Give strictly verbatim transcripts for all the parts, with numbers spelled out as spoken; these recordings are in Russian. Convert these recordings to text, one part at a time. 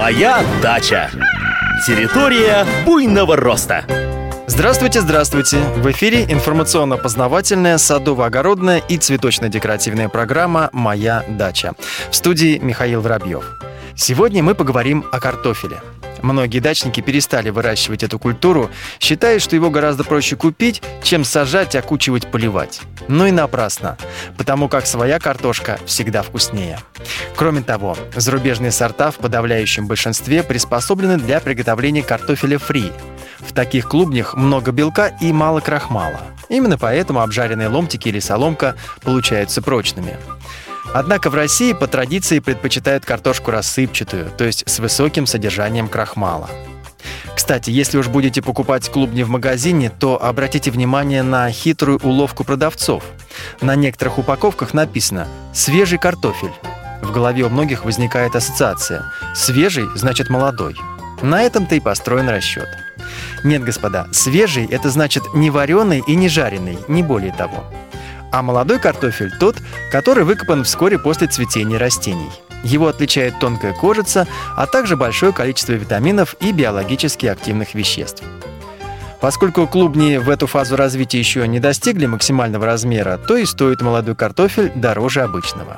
Моя дача. Территория буйного роста. Здравствуйте, здравствуйте! В эфире информационно-познавательная, садово-огородная и цветочно-декоративная программа «Моя дача». В студии Михаил Воробьев. Сегодня мы поговорим о картофеле. Многие дачники перестали выращивать эту культуру, считая, что его гораздо проще купить, чем сажать, окучивать, поливать. Но и напрасно, потому как своя картошка всегда вкуснее. Кроме того, зарубежные сорта в подавляющем большинстве приспособлены для приготовления картофеля фри. В таких клубнях много белка и мало крахмала. Именно поэтому обжаренные ломтики или соломка получаются прочными. Однако в России по традиции предпочитают картошку рассыпчатую, то есть с высоким содержанием крахмала. Кстати, если уж будете покупать клубни в магазине, то обратите внимание на хитрую уловку продавцов. На некоторых упаковках написано «свежий картофель». В голове у многих возникает ассоциация «свежий» значит молодой. На этом-то и построен расчет. Нет, господа, свежий – это значит не вареный и не жареный, не более того. А молодой картофель – тот, который выкопан вскоре после цветения растений. Его отличает тонкая кожица, а также большое количество витаминов и биологически активных веществ. Поскольку клубни в эту фазу развития еще не достигли максимального размера, то и стоит молодой картофель дороже обычного.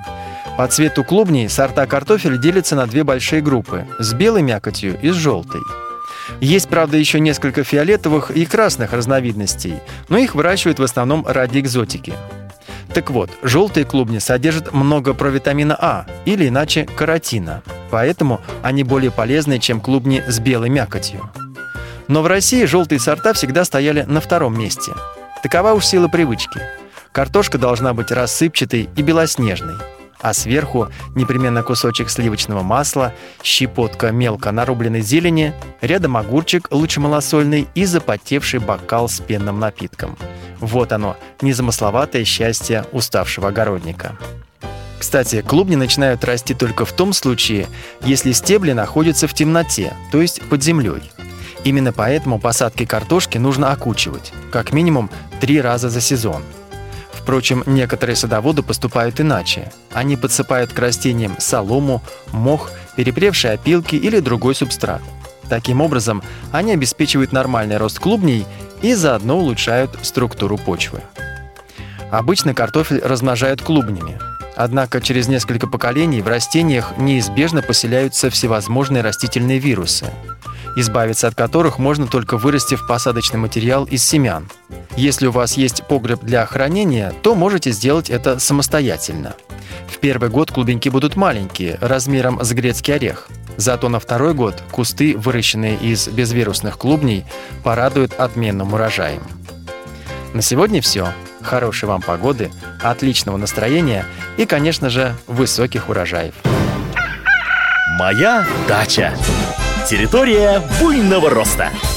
По цвету клубней сорта картофеля делятся на две большие группы – с белой мякотью и с желтой. Есть, правда, еще несколько фиолетовых и красных разновидностей, но их выращивают в основном ради экзотики. Так вот, желтые клубни содержат много провитамина А, или иначе каротина, поэтому они более полезны, чем клубни с белой мякотью. Но в России желтые сорта всегда стояли на втором месте. Такова уж сила привычки. Картошка должна быть рассыпчатой и белоснежной, а сверху непременно кусочек сливочного масла, щепотка мелко нарубленной зелени, рядом огурчик, лучше малосольный, и запотевший бокал с пенным напитком. Вот оно, незамысловатое счастье уставшего огородника. Кстати, клубни начинают расти только в том случае, если стебли находятся в темноте, то есть под землей. Именно поэтому посадки картошки нужно окучивать, как минимум три раза за сезон. Впрочем, некоторые садоводы поступают иначе. Они подсыпают к растениям солому, мох, перепревшие опилки или другой субстрат. Таким образом, они обеспечивают нормальный рост клубней и заодно улучшают структуру почвы. Обычно картофель размножают клубнями. Однако через несколько поколений в растениях неизбежно поселяются всевозможные растительные вирусы, избавиться от которых можно только вырастив посадочный материал из семян. Если у вас есть погреб для хранения, то можете сделать это самостоятельно. В первый год клубеньки будут маленькие, размером с грецкий орех. Зато на второй год кусты, выращенные из безвирусных клубней, порадуют отменным урожаем. На сегодня все. Хорошей вам погоды, отличного настроения и, конечно же, высоких урожаев. Моя дача. Территория буйного роста.